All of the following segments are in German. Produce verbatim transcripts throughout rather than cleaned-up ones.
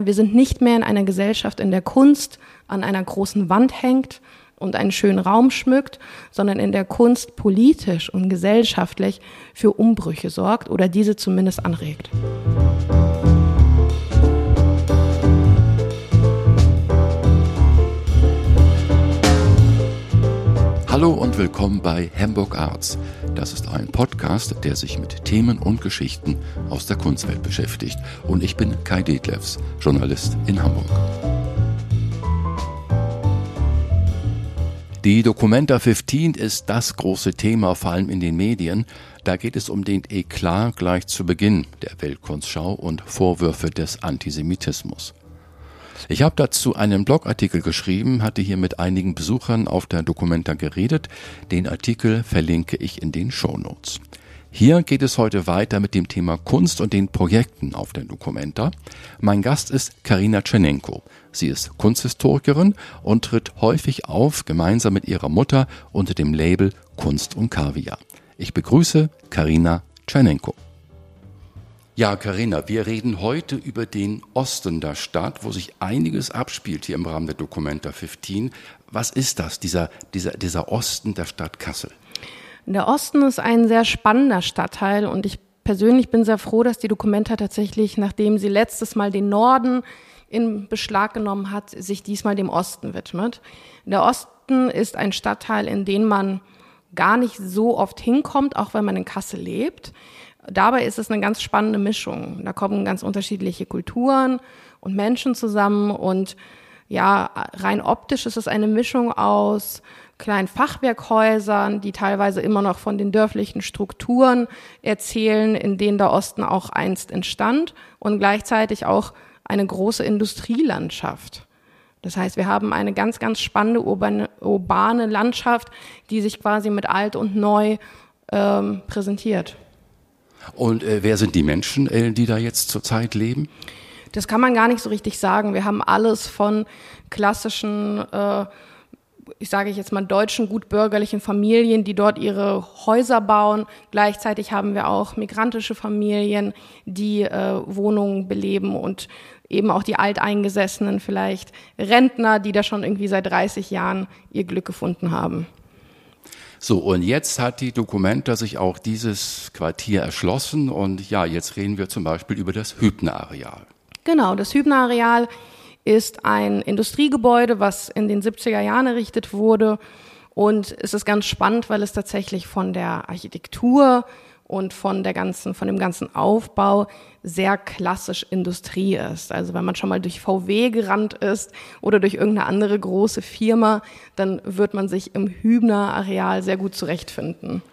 Wir sind nicht mehr in einer Gesellschaft, in der Kunst an einer großen Wand hängt und einen schönen Raum schmückt, sondern in der Kunst politisch und gesellschaftlich für Umbrüche sorgt oder diese zumindest anregt. Hallo und willkommen bei Hamburg Arts. Das ist ein Podcast, der sich mit Themen und Geschichten aus der Kunstwelt beschäftigt. Und ich bin Kai Detlefs, Journalist in Hamburg. Die Documenta fünfzehn ist das große Thema, vor allem in den Medien. Da geht es um den Eklat gleich zu Beginn der Weltkunstschau und Vorwürfe des Antisemitismus. Ich habe dazu einen Blogartikel geschrieben, hatte hier mit einigen Besuchern auf der Documenta geredet. Den Artikel verlinke ich in den Shownotes. Hier geht es heute weiter mit dem Thema Kunst und den Projekten auf der Documenta. Mein Gast ist Karina Tschernenko. Sie ist Kunsthistorikerin und tritt häufig auf, gemeinsam mit ihrer Mutter unter dem Label Kunst und Kaviar. Ich begrüße Karina Tschernenko. Ja, Karina, wir reden heute über den Osten der Stadt, wo sich einiges abspielt hier im Rahmen der Documenta fünfzehn. Was ist das, dieser, dieser, dieser Osten der Stadt Kassel? Der Osten ist ein sehr spannender Stadtteil und ich persönlich bin sehr froh, dass die Documenta tatsächlich, nachdem sie letztes Mal den Norden in Beschlag genommen hat, sich diesmal dem Osten widmet. Der Osten ist ein Stadtteil, in den man gar nicht so oft hinkommt, auch wenn man in Kassel lebt. Dabei ist es eine ganz spannende Mischung. Da kommen ganz unterschiedliche Kulturen und Menschen zusammen und ja, rein optisch ist es eine Mischung aus kleinen Fachwerkhäusern, die teilweise immer noch von den dörflichen Strukturen erzählen, in denen der Osten auch einst entstand und gleichzeitig auch eine große Industrielandschaft. Das heißt, wir haben eine ganz, ganz spannende urbane, urbane Landschaft, die sich quasi mit alt und neu ähm, präsentiert. Und äh, wer sind die Menschen, äh, die da jetzt zurzeit leben? Das kann man gar nicht so richtig sagen. Wir haben alles von klassischen, äh, ich sage jetzt mal deutschen, gutbürgerlichen Familien, die dort ihre Häuser bauen. Gleichzeitig haben wir auch migrantische Familien, die äh, Wohnungen beleben und eben auch die Alteingesessenen, vielleicht Rentner, die da schon irgendwie seit dreißig Jahren ihr Glück gefunden haben. So, und jetzt hat die Documenta sich auch dieses Quartier erschlossen und ja, jetzt reden wir zum Beispiel über das Hübner-Areal. Genau, das Hübner-Areal ist ein Industriegebäude, was in den siebziger Jahren errichtet wurde und es ist ganz spannend, weil es tatsächlich von der Architektur und von der ganzen, von dem ganzen Aufbau sehr klassisch Industrie ist. Also wenn man schon mal durch V W gerannt ist oder durch irgendeine andere große Firma, dann wird man sich im Hübner-Areal sehr gut zurechtfinden.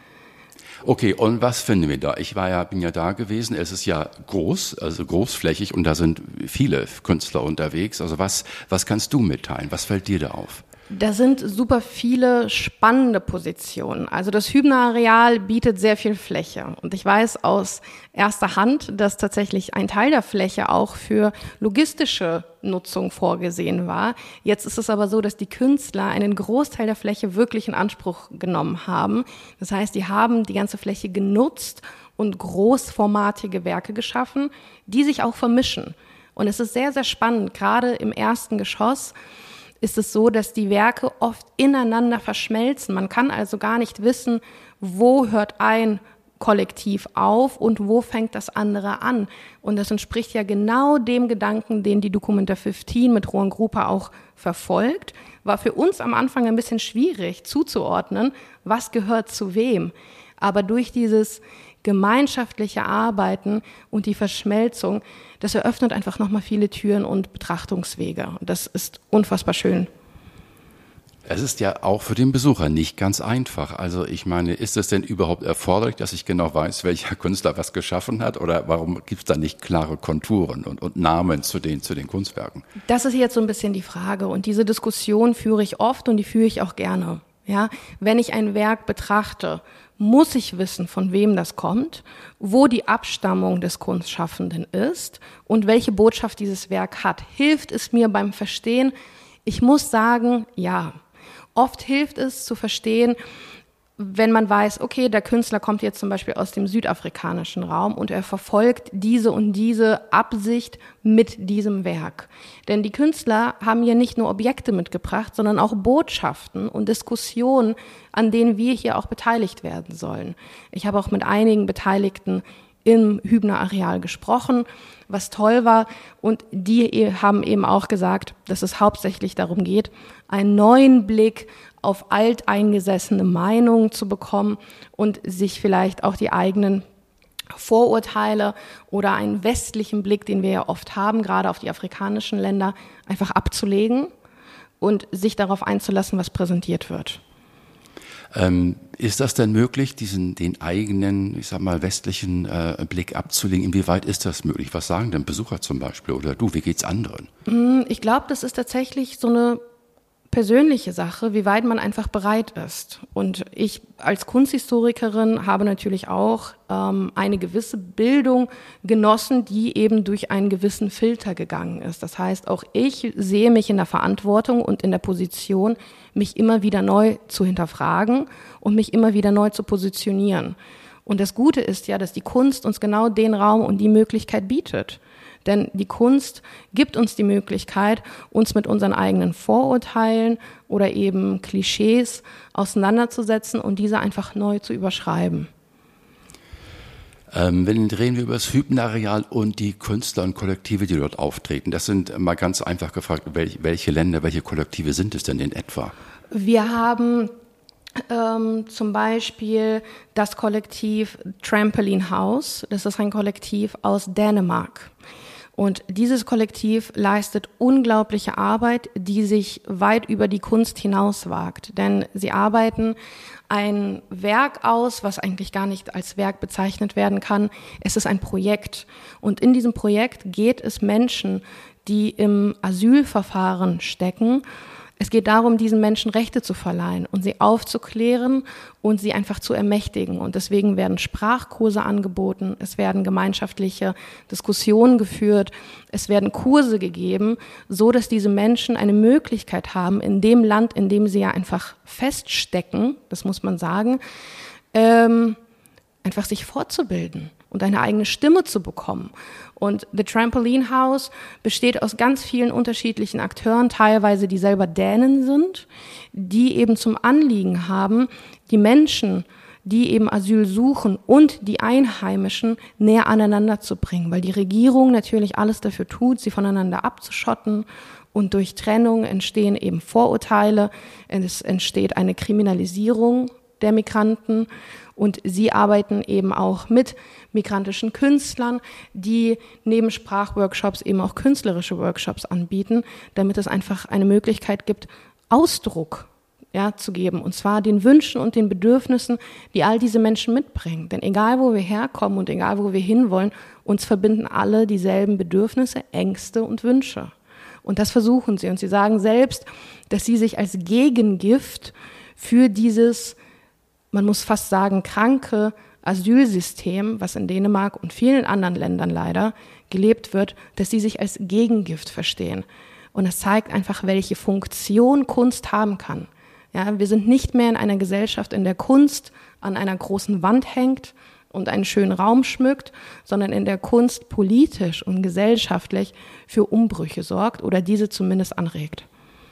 Okay, und was finden wir da? Ich war ja, bin ja da gewesen. Es ist ja groß, also großflächig und da sind viele Künstler unterwegs. Also was, was kannst du mitteilen? Was fällt dir da auf? Da sind super viele spannende Positionen. Also das Hübner-Areal bietet sehr viel Fläche. Und ich weiß aus erster Hand, dass tatsächlich ein Teil der Fläche auch für logistische Nutzung vorgesehen war. Jetzt ist es aber so, dass die Künstler einen Großteil der Fläche wirklich in Anspruch genommen haben. Das heißt, die haben die ganze Fläche genutzt und großformatige Werke geschaffen, die sich auch vermischen. Und es ist sehr, sehr spannend, gerade im ersten Geschoss ist es so, dass die Werke oft ineinander verschmelzen. Man kann also gar nicht wissen, wo hört ein Kollektiv auf und wo fängt das andere an. Und das entspricht ja genau dem Gedanken, den die Documenta fünfzehn mit Rohan Grupa auch verfolgt. War für uns am Anfang ein bisschen schwierig zuzuordnen, was gehört zu wem. Aber durch dieses gemeinschaftliche Arbeiten und die Verschmelzung, das eröffnet einfach nochmal viele Türen und Betrachtungswege. Und das ist unfassbar schön. Es ist ja auch für den Besucher nicht ganz einfach. Also ich meine, ist es denn überhaupt erforderlich, dass ich genau weiß, welcher Künstler was geschaffen hat? Oder warum gibt es da nicht klare Konturen und, und Namen zu den, zu den Kunstwerken? Das ist jetzt so ein bisschen die Frage. Und diese Diskussion führe ich oft und die führe ich auch gerne. Ja, wenn ich ein Werk betrachte, muss ich wissen, von wem das kommt, wo die Abstammung des Kunstschaffenden ist und welche Botschaft dieses Werk hat. Hilft es mir beim Verstehen? Ich muss sagen, ja. Oft hilft es zu verstehen, wenn man weiß, okay, der Künstler kommt jetzt zum Beispiel aus dem südafrikanischen Raum und er verfolgt diese und diese Absicht mit diesem Werk. Denn die Künstler haben ja nicht nur Objekte mitgebracht, sondern auch Botschaften und Diskussionen, an denen wir hier auch beteiligt werden sollen. Ich habe auch mit einigen Beteiligten im Hübner Areal gesprochen, was toll war. Und die haben eben auch gesagt, dass es hauptsächlich darum geht, einen neuen Blick auf alteingesessene Meinungen zu bekommen und sich vielleicht auch die eigenen Vorurteile oder einen westlichen Blick, den wir ja oft haben, gerade auf die afrikanischen Länder, einfach abzulegen und sich darauf einzulassen, was präsentiert wird. Ähm, ist das denn möglich, diesen den eigenen, ich sag mal, westlichen äh, Blick abzulegen? Inwieweit ist das möglich? Was sagen denn Besucher zum Beispiel oder du? Wie geht's anderen? Ich glaube, das ist tatsächlich so eine persönliche Sache, wie weit man einfach bereit ist. Und ich als Kunsthistorikerin habe natürlich auch ähm, eine gewisse Bildung genossen, die eben durch einen gewissen Filter gegangen ist. Das heißt, auch ich sehe mich in der Verantwortung und in der Position, mich immer wieder neu zu hinterfragen und mich immer wieder neu zu positionieren. Und das Gute ist ja, dass die Kunst uns genau den Raum und die Möglichkeit bietet. Denn die Kunst gibt uns die Möglichkeit, uns mit unseren eigenen Vorurteilen oder eben Klischees auseinanderzusetzen und diese einfach neu zu überschreiben. Ähm, wenn reden wir über das Hübner Areal und die Künstler und Kollektive, die dort auftreten. Das sind mal ganz einfach gefragt, welche, welche Länder, welche Kollektive sind es denn in etwa? Wir haben ähm, zum Beispiel das Kollektiv Trampoline House. Das ist ein Kollektiv aus Dänemark. Und dieses Kollektiv leistet unglaubliche Arbeit, die sich weit über die Kunst hinauswagt. Denn sie arbeiten ein Werk aus, was eigentlich gar nicht als Werk bezeichnet werden kann. Es ist ein Projekt. Und in diesem Projekt geht es Menschen, die im Asylverfahren stecken. Es geht darum, diesen Menschen Rechte zu verleihen und sie aufzuklären und sie einfach zu ermächtigen. Und deswegen werden Sprachkurse angeboten, es werden gemeinschaftliche Diskussionen geführt, es werden Kurse gegeben, so dass diese Menschen eine Möglichkeit haben, in dem Land, in dem sie ja einfach feststecken, das muss man sagen, ähm, einfach sich fortzubilden und eine eigene Stimme zu bekommen. Und The Trampoline House besteht aus ganz vielen unterschiedlichen Akteuren, teilweise die selber Dänen sind, die eben zum Anliegen haben, die Menschen, die eben Asyl suchen und die Einheimischen näher aneinander zu bringen, weil die Regierung natürlich alles dafür tut, sie voneinander abzuschotten. Und durch Trennung entstehen eben Vorurteile, es entsteht eine Kriminalisierung der Migranten. Und sie arbeiten eben auch mit migrantischen Künstlern, die neben Sprachworkshops eben auch künstlerische Workshops anbieten, damit es einfach eine Möglichkeit gibt, Ausdruck ja, zu geben. Und zwar den Wünschen und den Bedürfnissen, die all diese Menschen mitbringen. Denn egal, wo wir herkommen und egal, wo wir hinwollen, uns verbinden alle dieselben Bedürfnisse, Ängste und Wünsche. Und das versuchen sie. Und sie sagen selbst, dass sie sich als Gegengift für dieses, man muss fast sagen, kranke Asylsystem, was in Dänemark und vielen anderen Ländern leider gelebt wird, dass sie sich als Gegengift verstehen. Und es zeigt einfach, welche Funktion Kunst haben kann. Ja, wir sind nicht mehr in einer Gesellschaft, in der Kunst an einer großen Wand hängt und einen schönen Raum schmückt, sondern in der Kunst politisch und gesellschaftlich für Umbrüche sorgt oder diese zumindest anregt.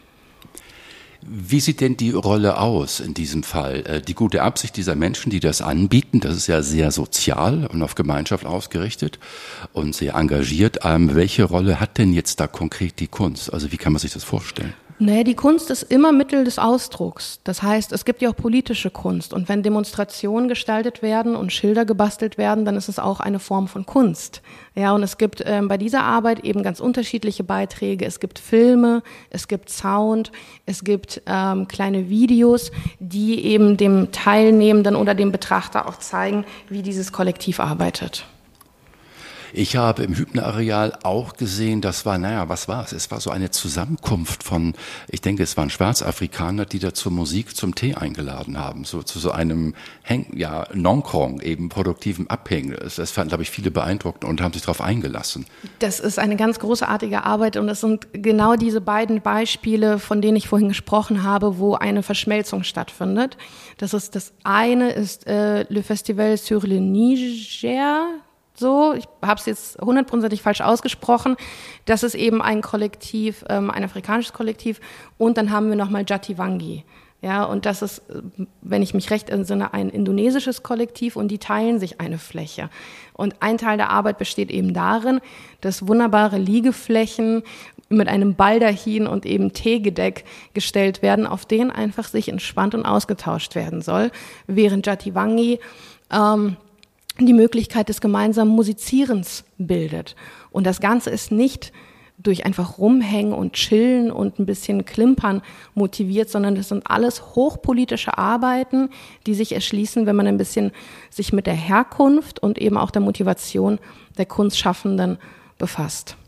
Wie sieht denn die Rolle aus in diesem Fall? Die gute Absicht dieser Menschen, die das anbieten, das ist ja sehr sozial und auf Gemeinschaft ausgerichtet und sehr engagiert. Welche Rolle hat denn jetzt da konkret die Kunst? Also wie kann man sich das vorstellen? Naja, die Kunst ist immer Mittel des Ausdrucks. Das heißt, es gibt ja auch politische Kunst. Und wenn Demonstrationen gestaltet werden und Schilder gebastelt werden, dann ist es auch eine Form von Kunst. Ja, und es gibt ähm, bei dieser Arbeit eben ganz unterschiedliche Beiträge. Es gibt Filme, es gibt Sound, es gibt ähm, kleine Videos, die eben dem Teilnehmenden oder dem Betrachter auch zeigen, wie dieses Kollektiv arbeitet. Ich habe im Hübner-Areal auch gesehen, das war, naja, was war es? Es war so eine Zusammenkunft von, ich denke, es waren Schwarzafrikaner, die da zur Musik, zum Tee eingeladen haben, so zu so einem Heng, ja, Nonkong, eben produktiven Abhängen. Das fanden, glaube ich, viele beeindruckend und haben sich darauf eingelassen. Das ist eine ganz großartige Arbeit und es sind genau diese beiden Beispiele, von denen ich vorhin gesprochen habe, wo eine Verschmelzung stattfindet. Das ist, das eine ist äh, Le Festival sur le Niger. So, ich habe es jetzt hundertprozentig falsch ausgesprochen. Das ist eben ein Kollektiv, ähm, ein afrikanisches Kollektiv. Und dann haben wir nochmal Jatiwangi. Ja, und das ist, wenn ich mich recht entsinne, ein indonesisches Kollektiv und die teilen sich eine Fläche. Und ein Teil der Arbeit besteht eben darin, dass wunderbare Liegeflächen mit einem Baldachin und eben Teegedeck gestellt werden, auf denen einfach sich entspannt und ausgetauscht werden soll, während Jatiwangi ähm, die Möglichkeit des gemeinsamen Musizierens bildet. Und das Ganze ist nicht durch einfach rumhängen und chillen und ein bisschen klimpern motiviert, sondern das sind alles hochpolitische Arbeiten, die sich erschließen, wenn man ein bisschen sich mit der Herkunft und eben auch der Motivation der Kunstschaffenden befasst.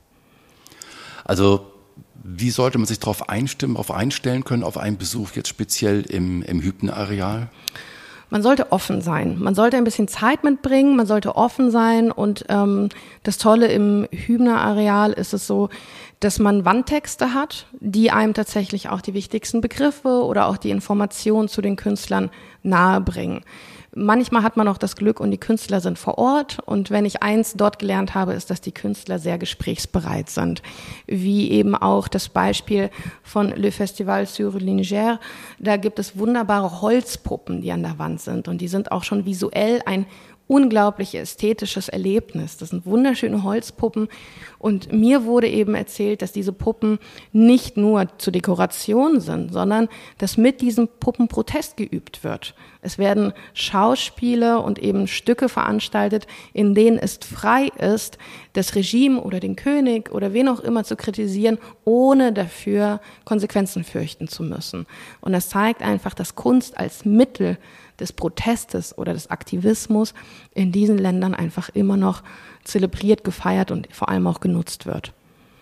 Also wie sollte man sich darauf einstimmen, darauf einstellen können, auf einen Besuch jetzt speziell im, im Hübner-Areal? Man sollte offen sein. Man sollte ein bisschen Zeit mitbringen, man sollte offen sein und ähm, das Tolle im Hübner-Areal ist es so, dass man Wandtexte hat, die einem tatsächlich auch die wichtigsten Begriffe oder auch die Informationen zu den Künstlern nahebringen. Manchmal hat man auch das Glück und die Künstler sind vor Ort und wenn ich eins dort gelernt habe, ist, dass die Künstler sehr gesprächsbereit sind. Wie eben auch das Beispiel von Le Festival sur le Niger, da gibt es wunderbare Holzpuppen, die an der Wand sind und die sind auch schon visuell ein unglaublich ästhetisches Erlebnis. Das sind wunderschöne Holzpuppen und mir wurde eben erzählt, dass diese Puppen nicht nur zur Dekoration sind, sondern dass mit diesen Puppen Protest geübt wird. Es werden Schauspiele und eben Stücke veranstaltet, in denen es frei ist, das Regime oder den König oder wen auch immer zu kritisieren, ohne dafür Konsequenzen fürchten zu müssen. Und das zeigt einfach, dass Kunst als Mittel des Protestes oder des Aktivismus in diesen Ländern einfach immer noch zelebriert, gefeiert und vor allem auch genutzt wird.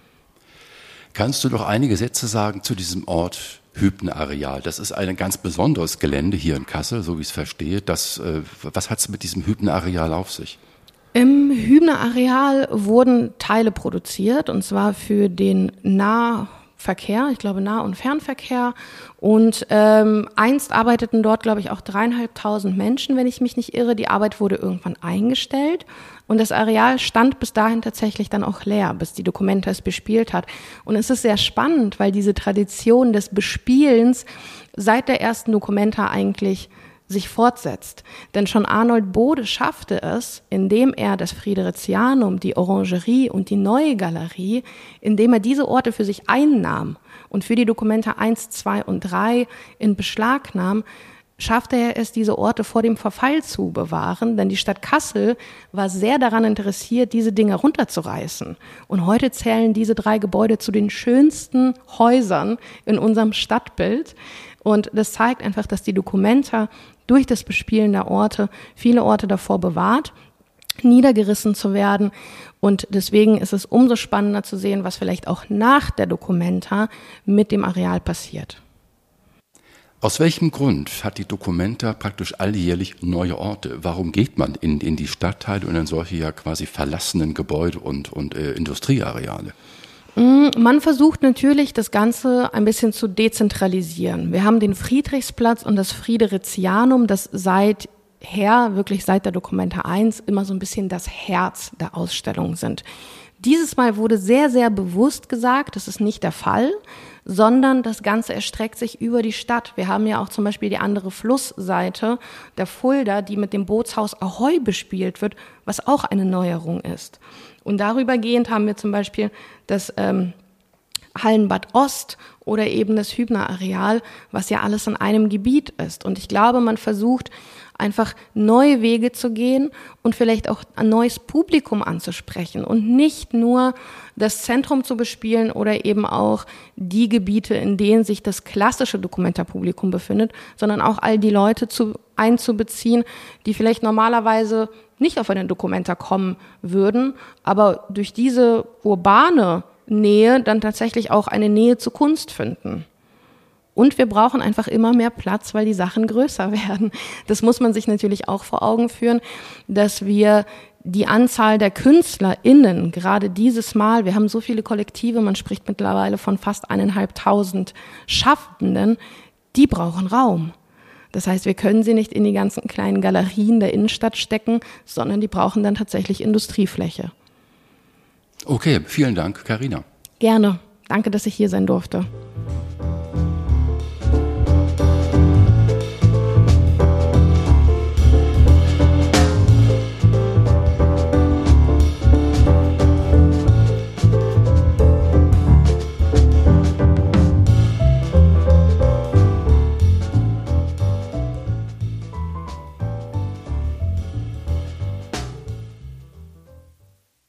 Kannst du noch einige Sätze sagen zu diesem Ort Hübner-Areal? Das ist ein ganz besonderes Gelände hier in Kassel, so wie ich es verstehe. Das, äh, was hat es mit diesem Hübner-Areal auf sich? Im Hübner-Areal wurden Teile produziert, und zwar für den Nahverkehr, ich glaube Nah- und Fernverkehr. Und ähm, einst arbeiteten dort, glaube ich, auch dreieinhalbtausend Menschen, wenn ich mich nicht irre. Die Arbeit wurde irgendwann eingestellt und das Areal stand bis dahin tatsächlich dann auch leer, bis die Documenta es bespielt hat. Und es ist sehr spannend, weil diese Tradition des Bespielens seit der ersten Documenta eigentlich sich fortsetzt. Denn schon Arnold Bode schaffte es, indem er das Fridericianum, die Orangerie und die Neue Galerie, indem er diese Orte für sich einnahm und für die Documenta eins, zwei und drei in Beschlag nahm, schaffte er es, diese Orte vor dem Verfall zu bewahren, denn die Stadt Kassel war sehr daran interessiert, diese Dinge runterzureißen. Und heute zählen diese drei Gebäude zu den schönsten Häusern in unserem Stadtbild. Und das zeigt einfach, dass die Documenta durch das Bespielen der Orte viele Orte davor bewahrt, niedergerissen zu werden. Und deswegen ist es umso spannender zu sehen, was vielleicht auch nach der Documenta mit dem Areal passiert. Aus welchem Grund hat die Documenta praktisch alljährlich neue Orte? Warum geht man in, in die Stadtteile und in solche ja quasi verlassenen Gebäude und, und äh, Industrieareale? Man versucht natürlich, das Ganze ein bisschen zu dezentralisieren. Wir haben den Friedrichsplatz und das Fridericianum, das seither, wirklich seit der Documenta eins, immer so ein bisschen das Herz der Ausstellung sind. Dieses Mal wurde sehr, sehr bewusst gesagt, das ist nicht der Fall, sondern das Ganze erstreckt sich über die Stadt. Wir haben ja auch zum Beispiel die andere Flussseite der Fulda, die mit dem Bootshaus Ahoi bespielt wird, was auch eine Neuerung ist. Und darübergehend haben wir zum Beispiel das ähm, Hallenbad Ost oder eben das Hübner-Areal, was ja alles in einem Gebiet ist. Und ich glaube, man versucht einfach neue Wege zu gehen und vielleicht auch ein neues Publikum anzusprechen und nicht nur das Zentrum zu bespielen oder eben auch die Gebiete, in denen sich das klassische Documenta-Publikum befindet, sondern auch all die Leute zu, einzubeziehen, die vielleicht normalerweise nicht auf eine Documenta kommen würden, aber durch diese urbane Nähe dann tatsächlich auch eine Nähe zur Kunst finden. Und wir brauchen einfach immer mehr Platz, weil die Sachen größer werden. Das muss man sich natürlich auch vor Augen führen, dass wir die Anzahl der KünstlerInnen, gerade dieses Mal, wir haben so viele Kollektive, man spricht mittlerweile von fast eineinhalbtausend Schaffenden, die brauchen Raum. Das heißt, wir können sie nicht in die ganzen kleinen Galerien der Innenstadt stecken, sondern die brauchen dann tatsächlich Industriefläche. Okay, vielen Dank, Carina. Gerne. Danke, dass ich hier sein durfte.